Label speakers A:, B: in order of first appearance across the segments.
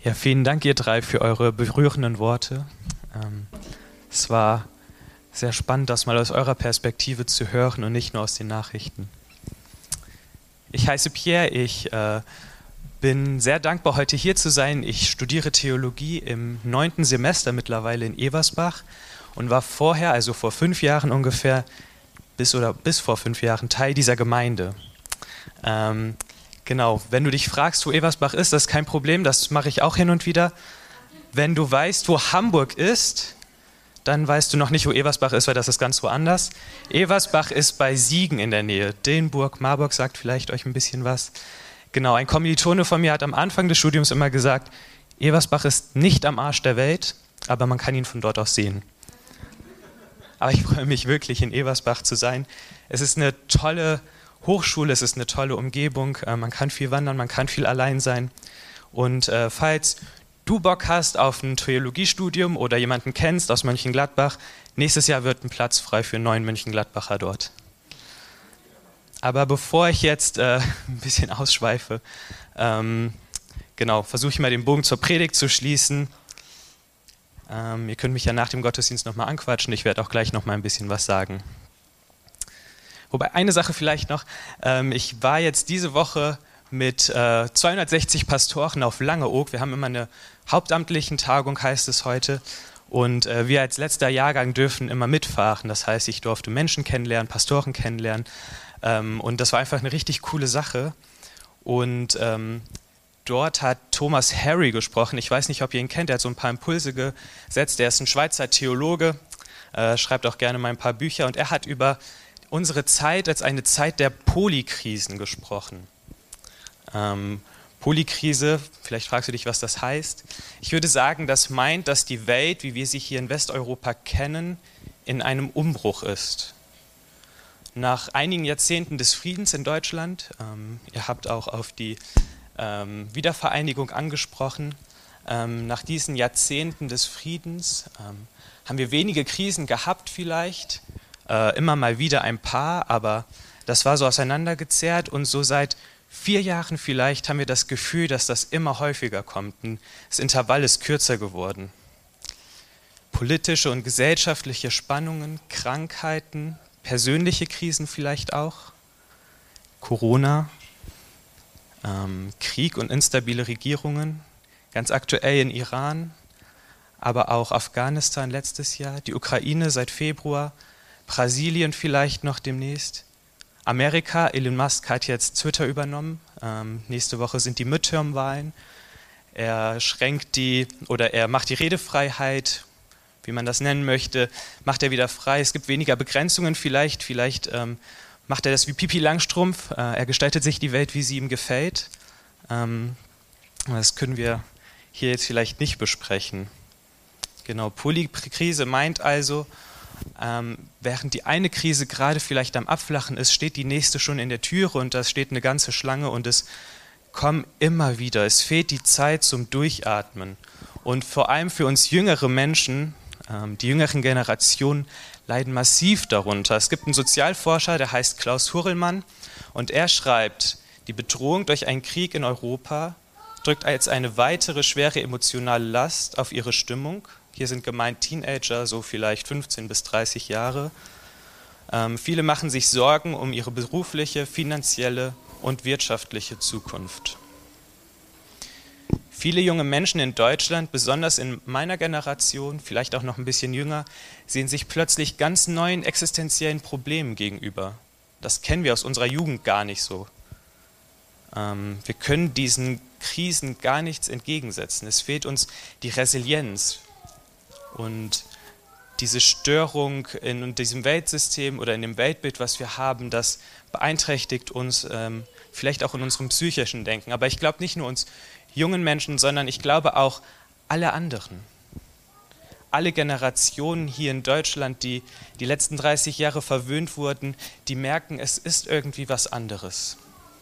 A: Ja, vielen Dank, ihr drei, für eure berührenden Worte. Es war sehr spannend, das mal aus eurer Perspektive zu hören und nicht nur aus den Nachrichten. Ich heiße Pierre, ich bin sehr dankbar, heute hier zu sein. Ich studiere Theologie im 9. Semester mittlerweile in Eversbach und war vorher, also vor 5 Jahren ungefähr, bis vor 5 Jahren Teil dieser Gemeinde. Genau, wenn du dich fragst, wo Eversbach ist, das ist kein Problem, das mache ich auch hin und wieder. Wenn du weißt, wo Hamburg ist, dann weißt du noch nicht, wo Eversbach ist, weil das ist ganz woanders. Eversbach ist bei Siegen in der Nähe. Dillenburg, Marburg sagt vielleicht euch ein bisschen was. Genau, ein Kommilitone von mir hat am Anfang des Studiums immer gesagt, Eversbach ist nicht am Arsch der Welt, aber man kann ihn von dort aus sehen. Aber ich freue mich wirklich, in Eversbach zu sein. Es ist eine tolle Hochschule, es ist eine tolle Umgebung, man kann viel wandern, man kann viel allein sein. Und falls du Bock hast auf ein Theologiestudium oder jemanden kennst aus Mönchengladbach, nächstes Jahr wird ein Platz frei für 9 Mönchengladbacher dort. Aber bevor ich jetzt ein bisschen ausschweife, versuche ich mal den Bogen zur Predigt zu schließen. Ihr könnt mich ja nach dem Gottesdienst nochmal anquatschen, ich werde auch gleich nochmal ein bisschen was sagen. Wobei eine Sache vielleicht noch, ich war jetzt diese Woche mit 260 Pastoren auf Langeoog. Wir haben immer eine hauptamtlichen Tagung, heißt es heute. Und wir als letzter Jahrgang dürfen immer mitfahren. Das heißt, ich durfte Menschen kennenlernen, Pastoren kennenlernen. Und das war einfach eine richtig coole Sache. Und dort hat Thomas Harry gesprochen. Ich weiß nicht, ob ihr ihn kennt, er hat so ein paar Impulse gesetzt. Er ist ein Schweizer Theologe, schreibt auch gerne mal ein paar Bücher. Und er hat über unsere Zeit als eine Zeit der Polykrisen gesprochen. Polykrise, vielleicht fragst du dich, was das heißt. Ich würde sagen, das meint, dass die Welt, wie wir sie hier in Westeuropa kennen, in einem Umbruch ist. Nach einigen Jahrzehnten des Friedens in Deutschland, ihr habt auch auf die Wiedervereinigung angesprochen, nach diesen Jahrzehnten des Friedens haben wir wenige Krisen gehabt vielleicht, immer mal wieder ein paar, aber das war so auseinandergezerrt und so seit 4 Jahren vielleicht haben wir das Gefühl, dass das immer häufiger kommt. Das Intervall ist kürzer geworden. Politische und gesellschaftliche Spannungen, Krankheiten, persönliche Krisen vielleicht auch, Corona, Krieg und instabile Regierungen, ganz aktuell in Iran, aber auch Afghanistan letztes Jahr, die Ukraine seit Februar, Brasilien vielleicht noch demnächst. Amerika, Elon Musk hat jetzt Twitter übernommen. Nächste Woche sind die Midterm-Wahlen. Er macht die Redefreiheit, wie man das nennen möchte, macht er wieder frei. Es gibt weniger Begrenzungen vielleicht. Vielleicht macht er das wie Pipi Langstrumpf. Er gestaltet sich die Welt, wie sie ihm gefällt. Das können wir hier jetzt vielleicht nicht besprechen. Genau, Polykrise meint also, während die eine Krise gerade vielleicht am Abflachen ist, steht die nächste schon in der Türe und da steht eine ganze Schlange und es kommen immer wieder. Es fehlt die Zeit zum Durchatmen. Und vor allem für uns jüngere Menschen, die jüngeren Generationen, leiden massiv darunter. Es gibt einen Sozialforscher, der heißt Klaus Hurrellmann und er schreibt, die Bedrohung durch einen Krieg in Europa drückt als eine weitere schwere emotionale Last auf ihre Stimmung. Hier sind gemeint Teenager, so vielleicht 15 bis 30 Jahre. Viele machen sich Sorgen um ihre berufliche, finanzielle und wirtschaftliche Zukunft. Viele junge Menschen in Deutschland, besonders in meiner Generation, vielleicht auch noch ein bisschen jünger, sehen sich plötzlich ganz neuen existenziellen Problemen gegenüber. Das kennen wir aus unserer Jugend gar nicht so. Wir können diesen Krisen gar nichts entgegensetzen. Es fehlt uns die Resilienz. Und diese Störung in diesem Weltsystem oder in dem Weltbild, was wir haben, das beeinträchtigt uns vielleicht auch in unserem psychischen Denken. Aber ich glaube nicht nur uns jungen Menschen, sondern ich glaube auch alle anderen. Alle Generationen hier in Deutschland, die die letzten 30 Jahre verwöhnt wurden, die merken, es ist irgendwie was anderes.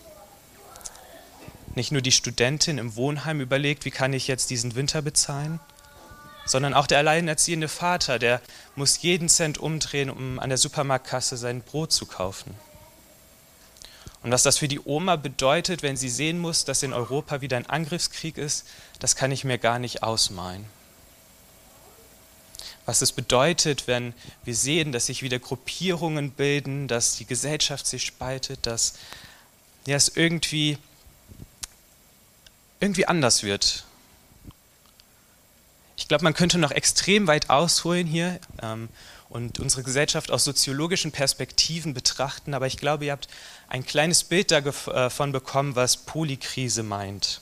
A: Nicht nur die Studentin im Wohnheim überlegt, wie kann ich jetzt diesen Winter bezahlen, sondern auch der alleinerziehende Vater, der muss jeden Cent umdrehen, um an der Supermarktkasse sein Brot zu kaufen. Und was das für die Oma bedeutet, wenn sie sehen muss, dass in Europa wieder ein Angriffskrieg ist, das kann ich mir gar nicht ausmalen. Was es bedeutet, wenn wir sehen, dass sich wieder Gruppierungen bilden, dass die Gesellschaft sich spaltet, dass es irgendwie anders wird. Ich glaube, man könnte noch extrem weit ausholen hier und unsere Gesellschaft aus soziologischen Perspektiven betrachten, aber ich glaube, ihr habt ein kleines Bild davon bekommen, was Polykrise meint.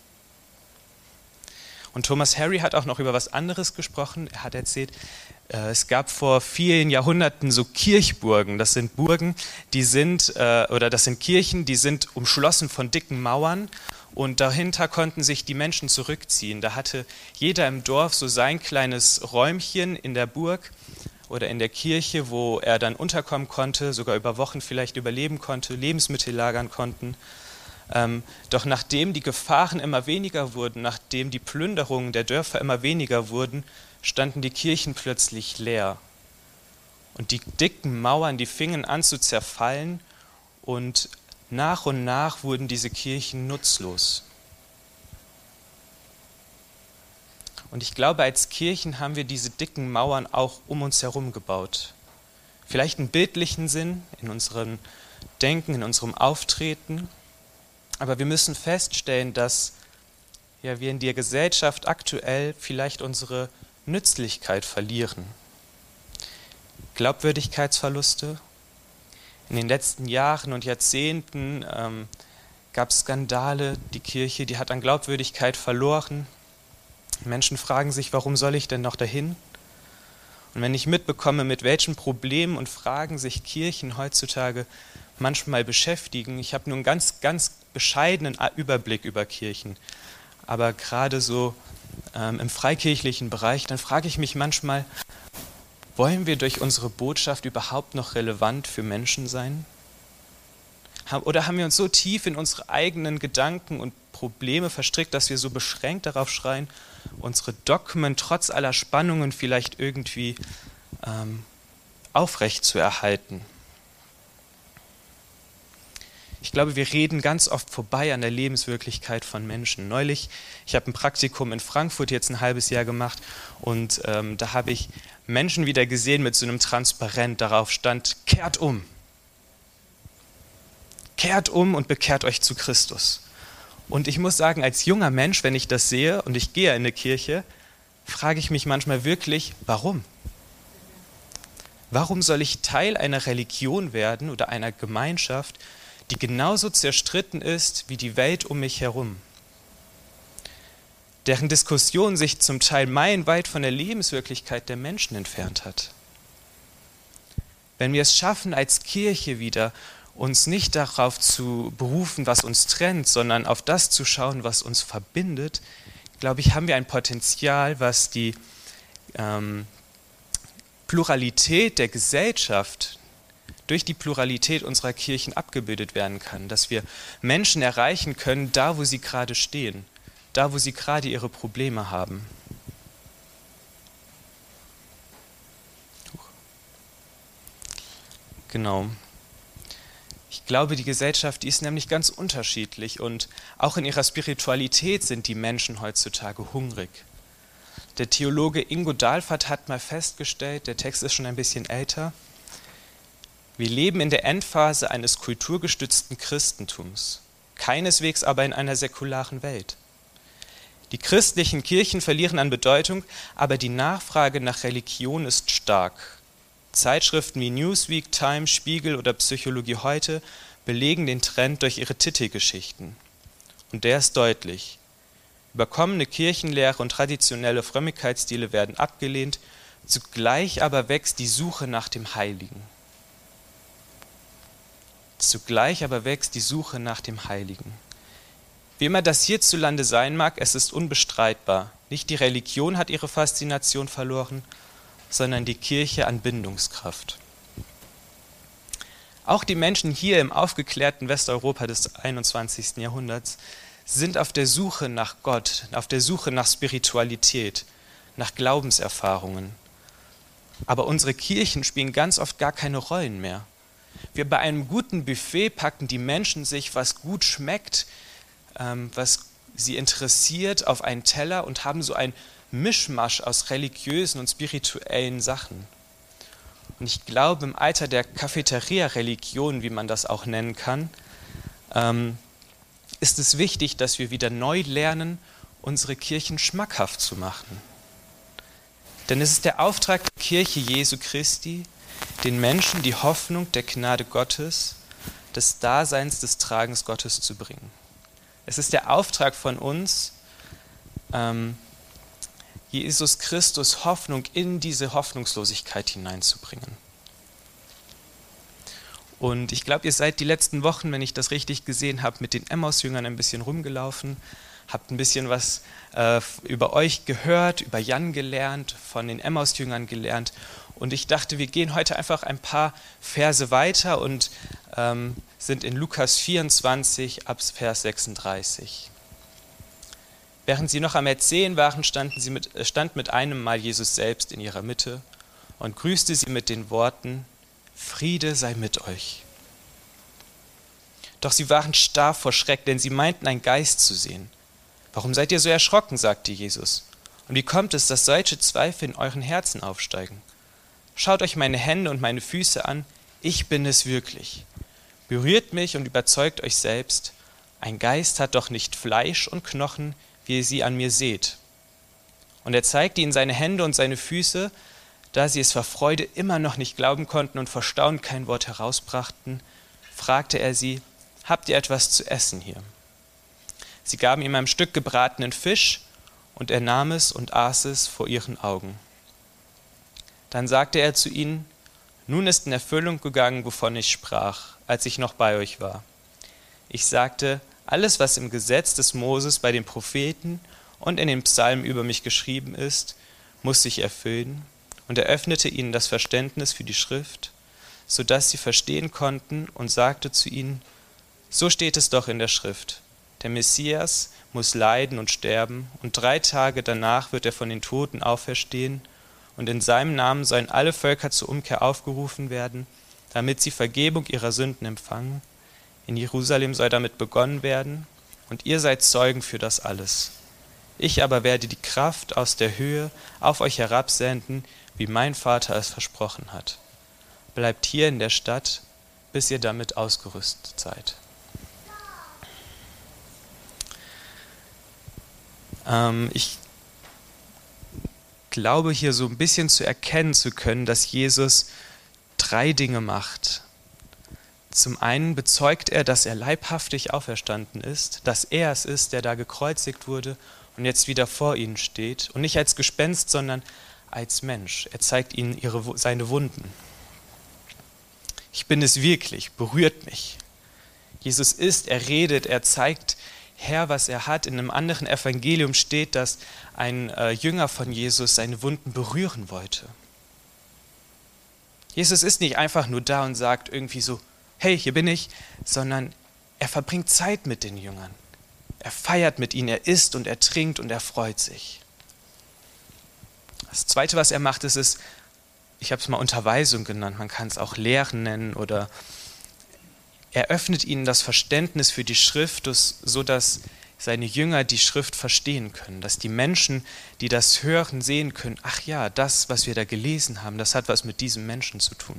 A: Und Thomas Harry hat auch noch über was anderes gesprochen. Er hat erzählt, es gab vor vielen Jahrhunderten so Kirchburgen. Das sind Burgen, das sind Kirchen, die sind umschlossen von dicken Mauern und dahinter konnten sich die Menschen zurückziehen. Da hatte jeder im Dorf so sein kleines Räumchen in der Burg oder in der Kirche, wo er dann unterkommen konnte, sogar über Wochen vielleicht überleben konnte, Lebensmittel lagern konnten. Doch nachdem die Gefahren immer weniger wurden, nachdem die Plünderungen der Dörfer immer weniger wurden, standen die Kirchen plötzlich leer. Und die dicken Mauern, die fingen an zu zerfallen und nach wurden diese Kirchen nutzlos. Und ich glaube, als Kirchen haben wir diese dicken Mauern auch um uns herum gebaut. Vielleicht im bildlichen Sinn, in unserem Denken, in unserem Auftreten. Aber wir müssen feststellen, dass wir in der Gesellschaft aktuell vielleicht unsere Nützlichkeit verlieren. Glaubwürdigkeitsverluste. In den letzten Jahren und Jahrzehnten gab es Skandale. Die Kirche, die hat an Glaubwürdigkeit verloren. Menschen fragen sich, warum soll ich denn noch dahin? Und wenn ich mitbekomme, mit welchen Problemen und Fragen sich Kirchen heutzutage manchmal beschäftigen, ich habe nur einen ganz, ganz bescheidenen Überblick über Kirchen, aber gerade so im freikirchlichen Bereich, dann frage ich mich manchmal, wollen wir durch unsere Botschaft überhaupt noch relevant für Menschen sein? Oder haben wir uns so tief in unsere eigenen Gedanken und Probleme verstrickt, dass wir so beschränkt darauf schreien, unsere Dogmen trotz aller Spannungen vielleicht irgendwie aufrecht zu erhalten? Ich glaube, wir reden ganz oft vorbei an der Lebenswirklichkeit von Menschen. Neulich, ich habe ein Praktikum in Frankfurt jetzt ein halbes Jahr gemacht und da habe ich Menschen wieder gesehen mit so einem Transparent, darauf stand, kehrt um. Kehrt um und bekehrt euch zu Christus. Und ich muss sagen, als junger Mensch, wenn ich das sehe und ich gehe in eine Kirche, frage ich mich manchmal wirklich, warum? Warum soll ich Teil einer Religion werden oder einer Gemeinschaft, die genauso zerstritten ist wie die Welt um mich herum? Deren Diskussion sich zum Teil meilenweit von der Lebenswirklichkeit der Menschen entfernt hat. Wenn wir es schaffen, als Kirche wieder uns nicht darauf zu berufen, was uns trennt, sondern auf das zu schauen, was uns verbindet, glaube ich, haben wir ein Potenzial, was die Pluralität der Gesellschaft durch die Pluralität unserer Kirchen abgebildet werden kann, dass wir Menschen erreichen können, da wo sie gerade stehen, da wo sie gerade ihre Probleme haben. Genau. Ich glaube, die Gesellschaft, die ist nämlich ganz unterschiedlich und auch in ihrer Spiritualität sind die Menschen heutzutage hungrig. Der Theologe Ingo Dahlfert hat mal festgestellt, der Text ist schon ein bisschen älter, wir leben in der Endphase eines kulturgestützten Christentums, keineswegs aber in einer säkularen Welt. Die christlichen Kirchen verlieren an Bedeutung, aber die Nachfrage nach Religion ist stark. Zeitschriften wie Newsweek, Time, Spiegel oder Psychologie heute belegen den Trend durch ihre Titelgeschichten. Und der ist deutlich. Überkommene Kirchenlehre und traditionelle Frömmigkeitsstile werden abgelehnt, zugleich aber wächst die Suche nach dem Heiligen. Zugleich aber wächst die Suche nach dem Heiligen. Wie immer das hierzulande sein mag, es ist unbestreitbar. Nicht die Religion hat ihre Faszination verloren, sondern die Kirche an Bindungskraft. Auch die Menschen hier im aufgeklärten Westeuropa des 21. Jahrhunderts sind auf der Suche nach Gott, auf der Suche nach Spiritualität, nach Glaubenserfahrungen. Aber unsere Kirchen spielen ganz oft gar keine Rollen mehr. Wir bei einem guten Buffet packen die Menschen sich, was gut schmeckt, was sie interessiert, auf einen Teller und haben so ein Mischmasch aus religiösen und spirituellen Sachen. Und ich glaube, im Alter der Cafeteria-Religion, wie man das auch nennen kann, ist es wichtig, dass wir wieder neu lernen, unsere Kirchen schmackhaft zu machen. Denn es ist der Auftrag der Kirche Jesu Christi, den Menschen die Hoffnung der Gnade Gottes, des Daseins, des Tragens Gottes zu bringen. Es ist der Auftrag von uns, Jesus Christus Hoffnung in diese Hoffnungslosigkeit hineinzubringen. Und ich glaube, ihr seid die letzten Wochen, wenn ich das richtig gesehen habe, mit den Emmaus-Jüngern ein bisschen rumgelaufen, habt ein bisschen was über euch gehört, über Jan gelernt, von den Emmaus-Jüngern gelernt. Und ich dachte, wir gehen heute einfach ein paar Verse weiter und sind in Lukas 24 ab Vers 36. Während sie noch am Erzählen waren, stand mit einem Mal Jesus selbst in ihrer Mitte und grüßte sie mit den Worten: Friede sei mit euch. Doch sie waren starr vor Schreck, denn sie meinten, einen Geist zu sehen. Warum seid ihr so erschrocken, sagte Jesus. Und wie kommt es, dass solche Zweifel in euren Herzen aufsteigen? Schaut euch meine Hände und meine Füße an, ich bin es wirklich. Berührt mich und überzeugt euch selbst, ein Geist hat doch nicht Fleisch und Knochen, wie ihr sie an mir seht. Und er zeigte ihnen seine Hände und seine Füße. Da sie es vor Freude immer noch nicht glauben konnten und vor Staunen kein Wort herausbrachten, fragte er sie: Habt ihr etwas zu essen hier? Sie gaben ihm ein Stück gebratenen Fisch, und er nahm es und aß es vor ihren Augen. Dann sagte er zu ihnen: Nun ist in Erfüllung gegangen, wovon ich sprach, als ich noch bei euch war. Ich sagte: Alles, was im Gesetz des Moses, bei den Propheten und in den Psalmen über mich geschrieben ist, muss sich erfüllen. Und er öffnete ihnen das Verständnis für die Schrift, sodass sie verstehen konnten, und sagte zu ihnen: So steht es doch in der Schrift. Der Messias muss leiden und sterben, und 3 Tage danach wird er von den Toten auferstehen, und in seinem Namen sollen alle Völker zur Umkehr aufgerufen werden, damit sie Vergebung ihrer Sünden empfangen. In Jerusalem soll damit begonnen werden, und ihr seid Zeugen für das alles. Ich aber werde die Kraft aus der Höhe auf euch herabsenden, wie mein Vater es versprochen hat. Bleibt hier in der Stadt, bis ihr damit ausgerüstet seid. Ich glaube, hier so ein bisschen zu erkennen zu können, dass Jesus 3 Dinge macht. Zum einen bezeugt er, dass er leibhaftig auferstanden ist, dass er es ist, der da gekreuzigt wurde und jetzt wieder vor ihnen steht. Und nicht als Gespenst, sondern als Mensch. Er zeigt ihnen seine Wunden. Ich bin es wirklich, berührt mich. Jesus ist, er redet, er zeigt her, was er hat. In einem anderen Evangelium steht, dass ein Jünger von Jesus seine Wunden berühren wollte. Jesus ist nicht einfach nur da und sagt irgendwie so: Hey, hier bin ich, sondern er verbringt Zeit mit den Jüngern. Er feiert mit ihnen, er isst und er trinkt und er freut sich. Das Zweite, was er macht, ist, ich habe es mal Unterweisung genannt, man kann es auch Lehren nennen, oder er öffnet ihnen das Verständnis für die Schrift, sodass seine Jünger die Schrift verstehen können, dass die Menschen, die das hören, sehen können: Ach ja, das, was wir da gelesen haben, das hat was mit diesem Menschen zu tun.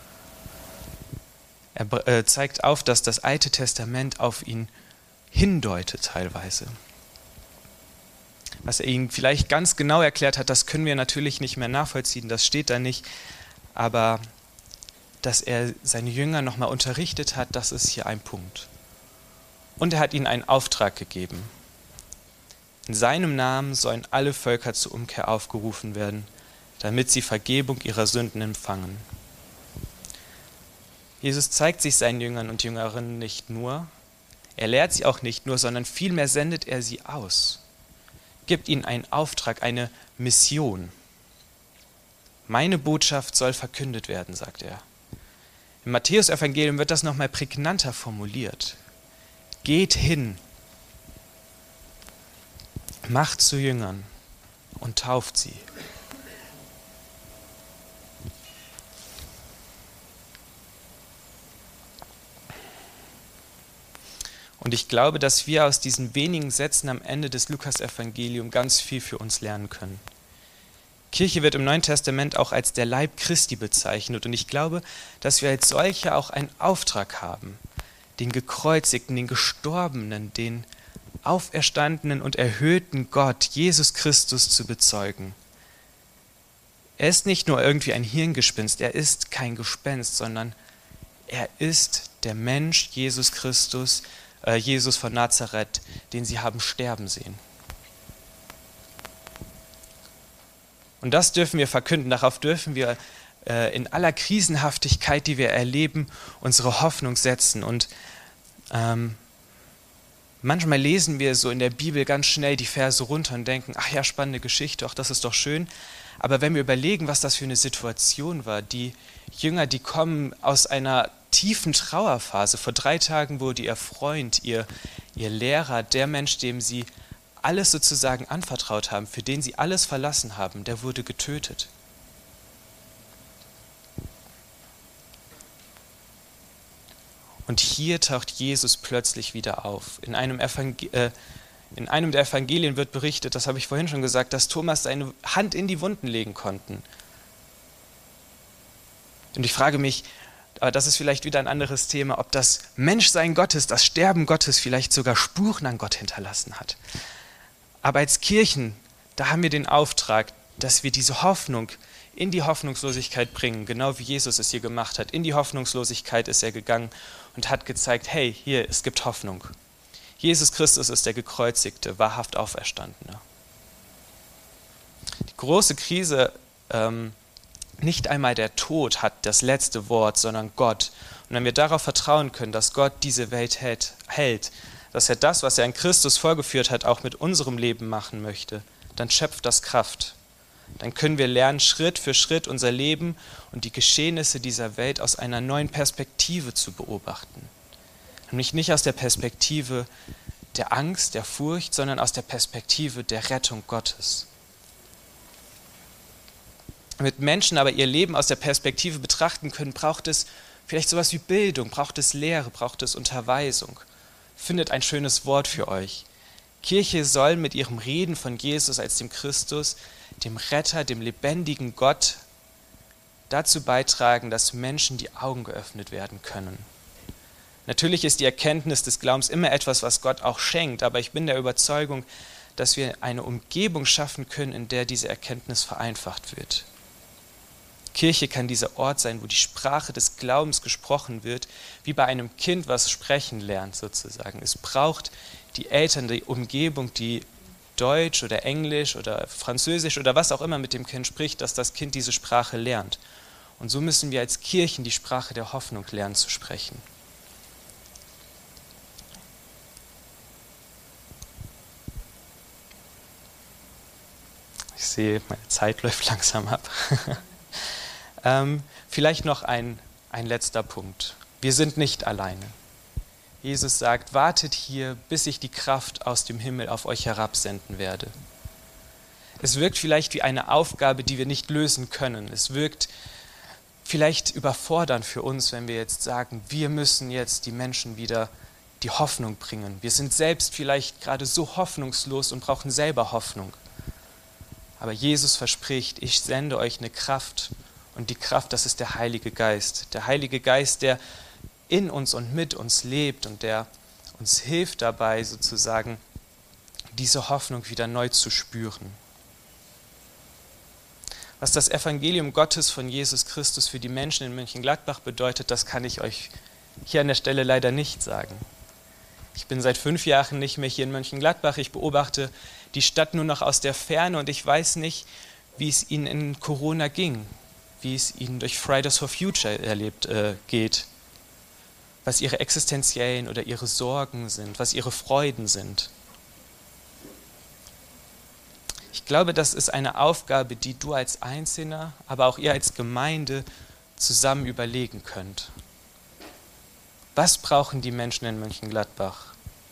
A: Er zeigt auf, dass das Alte Testament auf ihn hindeutet teilweise. Was er ihnen vielleicht ganz genau erklärt hat, das können wir natürlich nicht mehr nachvollziehen, das steht da nicht. Aber dass er seine Jünger nochmal unterrichtet hat, das ist hier ein Punkt. Und er hat ihnen einen Auftrag gegeben. In seinem Namen sollen alle Völker zur Umkehr aufgerufen werden, damit sie Vergebung ihrer Sünden empfangen. Jesus zeigt sich seinen Jüngern und Jüngerinnen nicht nur, er lehrt sie auch nicht nur, sondern vielmehr sendet er sie aus, gibt ihnen einen Auftrag, eine Mission. Meine Botschaft soll verkündet werden, sagt er. Im Matthäus-Evangelium wird das nochmal prägnanter formuliert. Geht hin, macht zu Jüngern und tauft sie. Und ich glaube, dass wir aus diesen wenigen Sätzen am Ende des Lukas-Evangeliums ganz viel für uns lernen können. Kirche wird im Neuen Testament auch als der Leib Christi bezeichnet. Und ich glaube, dass wir als solche auch einen Auftrag haben, den gekreuzigten, den gestorbenen, den auferstandenen und erhöhten Gott, Jesus Christus, zu bezeugen. Er ist nicht nur irgendwie ein Hirngespinst, er ist kein Gespenst, sondern er ist der Mensch Jesus Christus, Jesus von Nazareth, den sie haben sterben sehen. Und das dürfen wir verkünden, darauf dürfen wir in aller Krisenhaftigkeit, die wir erleben, unsere Hoffnung setzen. Und manchmal lesen wir so in der Bibel ganz schnell die Verse runter und denken, ach ja, spannende Geschichte, ach, das ist doch schön. Aber wenn wir überlegen, was das für eine Situation war, die Jünger, die kommen aus einer tiefen Trauerphase. Vor 3 Tagen wurde ihr Freund, ihr Lehrer, der Mensch, dem sie alles sozusagen anvertraut haben, für den sie alles verlassen haben, der wurde getötet. Und hier taucht Jesus plötzlich wieder auf. In einem der Evangelien wird berichtet, das habe ich vorhin schon gesagt, dass Thomas seine Hand in die Wunden legen konnte. Und ich frage mich, aber das ist vielleicht wieder ein anderes Thema, ob das Menschsein Gottes, das Sterben Gottes vielleicht sogar Spuren an Gott hinterlassen hat. Aber als Kirchen, da haben wir den Auftrag, dass wir diese Hoffnung in die Hoffnungslosigkeit bringen, genau wie Jesus es hier gemacht hat. In die Hoffnungslosigkeit ist er gegangen und hat gezeigt, hey, hier, es gibt Hoffnung. Jesus Christus ist der Gekreuzigte, wahrhaft Auferstandene. Die große Krise, nicht einmal der Tod hat das letzte Wort, sondern Gott. Und wenn wir darauf vertrauen können, dass Gott diese Welt hält, dass er das, was er in Christus vorgeführt hat, auch mit unserem Leben machen möchte, dann schöpft das Kraft. Dann können wir lernen, Schritt für Schritt unser Leben und die Geschehnisse dieser Welt aus einer neuen Perspektive zu beobachten. Nämlich nicht aus der Perspektive der Angst, der Furcht, sondern aus der Perspektive der Rettung Gottes. Damit Menschen aber ihr Leben aus der Perspektive betrachten können, braucht es vielleicht sowas wie Bildung, braucht es Lehre, braucht es Unterweisung. Findet ein schönes Wort für euch. Kirche soll mit ihrem Reden von Jesus als dem Christus, dem Retter, dem lebendigen Gott dazu beitragen, dass Menschen die Augen geöffnet werden können. Natürlich ist die Erkenntnis des Glaubens immer etwas, was Gott auch schenkt, aber ich bin der Überzeugung, dass wir eine Umgebung schaffen können, in der diese Erkenntnis vereinfacht wird. Kirche kann dieser Ort sein, wo die Sprache des Glaubens gesprochen wird, wie bei einem Kind, was sprechen lernt sozusagen. Es braucht die Eltern, die Umgebung, die Deutsch oder Englisch oder Französisch oder was auch immer mit dem Kind spricht, dass das Kind diese Sprache lernt. Und so müssen wir als Kirchen die Sprache der Hoffnung lernen zu sprechen. Ich sehe, meine Zeit läuft langsam ab. Vielleicht noch ein letzter Punkt. Wir sind nicht alleine. Jesus sagt, wartet hier, bis ich die Kraft aus dem Himmel auf euch herabsenden werde. Es wirkt vielleicht wie eine Aufgabe, die wir nicht lösen können. Es wirkt vielleicht überfordernd für uns, wenn wir jetzt sagen, wir müssen jetzt die Menschen wieder die Hoffnung bringen. Wir sind selbst vielleicht gerade so hoffnungslos und brauchen selber Hoffnung. Aber Jesus verspricht, ich sende euch eine Kraft. Und die Kraft, das ist der Heilige Geist. Der Heilige Geist, der in uns und mit uns lebt und der uns hilft dabei, sozusagen diese Hoffnung wieder neu zu spüren. Was das Evangelium Gottes von Jesus Christus für die Menschen in Mönchengladbach bedeutet, das kann ich euch hier an der Stelle leider nicht sagen. Ich bin seit 5 Jahren nicht mehr hier in Mönchengladbach. Ich beobachte die Stadt nur noch aus der Ferne und ich weiß nicht, wie es ihnen in Corona ging, wie es ihnen durch Fridays for Future geht, was ihre existenziellen oder ihre Sorgen sind, was ihre Freuden sind. Ich glaube, das ist eine Aufgabe, die du als Einzelner, aber auch ihr als Gemeinde zusammen überlegen könnt. Was brauchen die Menschen in Mönchengladbach?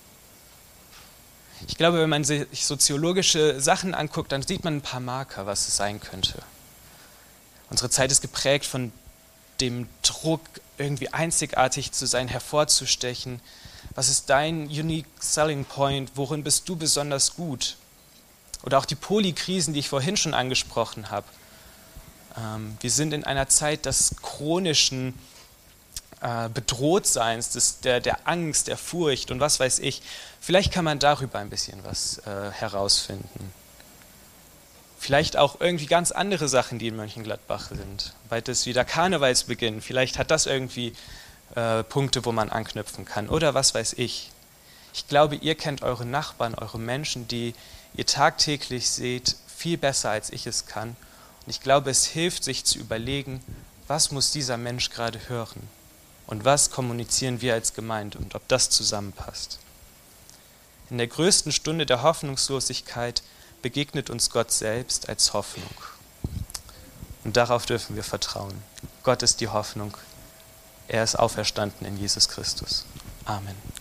A: Ich glaube, wenn man sich soziologische Sachen anguckt, dann sieht man ein paar Marker, was es sein könnte. Unsere Zeit ist geprägt von dem Druck, irgendwie einzigartig zu sein, hervorzustechen, Was ist dein unique selling point? Worin bist du besonders gut? Oder auch die Polykrisen, die ich vorhin schon angesprochen habe. Wir sind in einer Zeit des chronischen Bedrohtseins, der Angst, der Furcht und was weiß ich. Vielleicht kann man darüber ein bisschen was herausfinden. Vielleicht auch irgendwie ganz andere Sachen, die in Mönchengladbach sind. Bald ist wieder Karnevalsbeginn. Vielleicht hat das irgendwie Punkte, wo man anknüpfen kann. Oder was weiß ich. Ich glaube, ihr kennt eure Nachbarn, eure Menschen, die ihr tagtäglich seht, viel besser, als ich es kann. Und ich glaube, es hilft, sich zu überlegen, was muss dieser Mensch gerade hören? Und was kommunizieren wir als Gemeinde und ob das zusammenpasst. In der größten Stunde der Hoffnungslosigkeit begegnet uns Gott selbst als Hoffnung. Und darauf dürfen wir vertrauen. Gott ist die Hoffnung. Er ist auferstanden in Jesus Christus. Amen.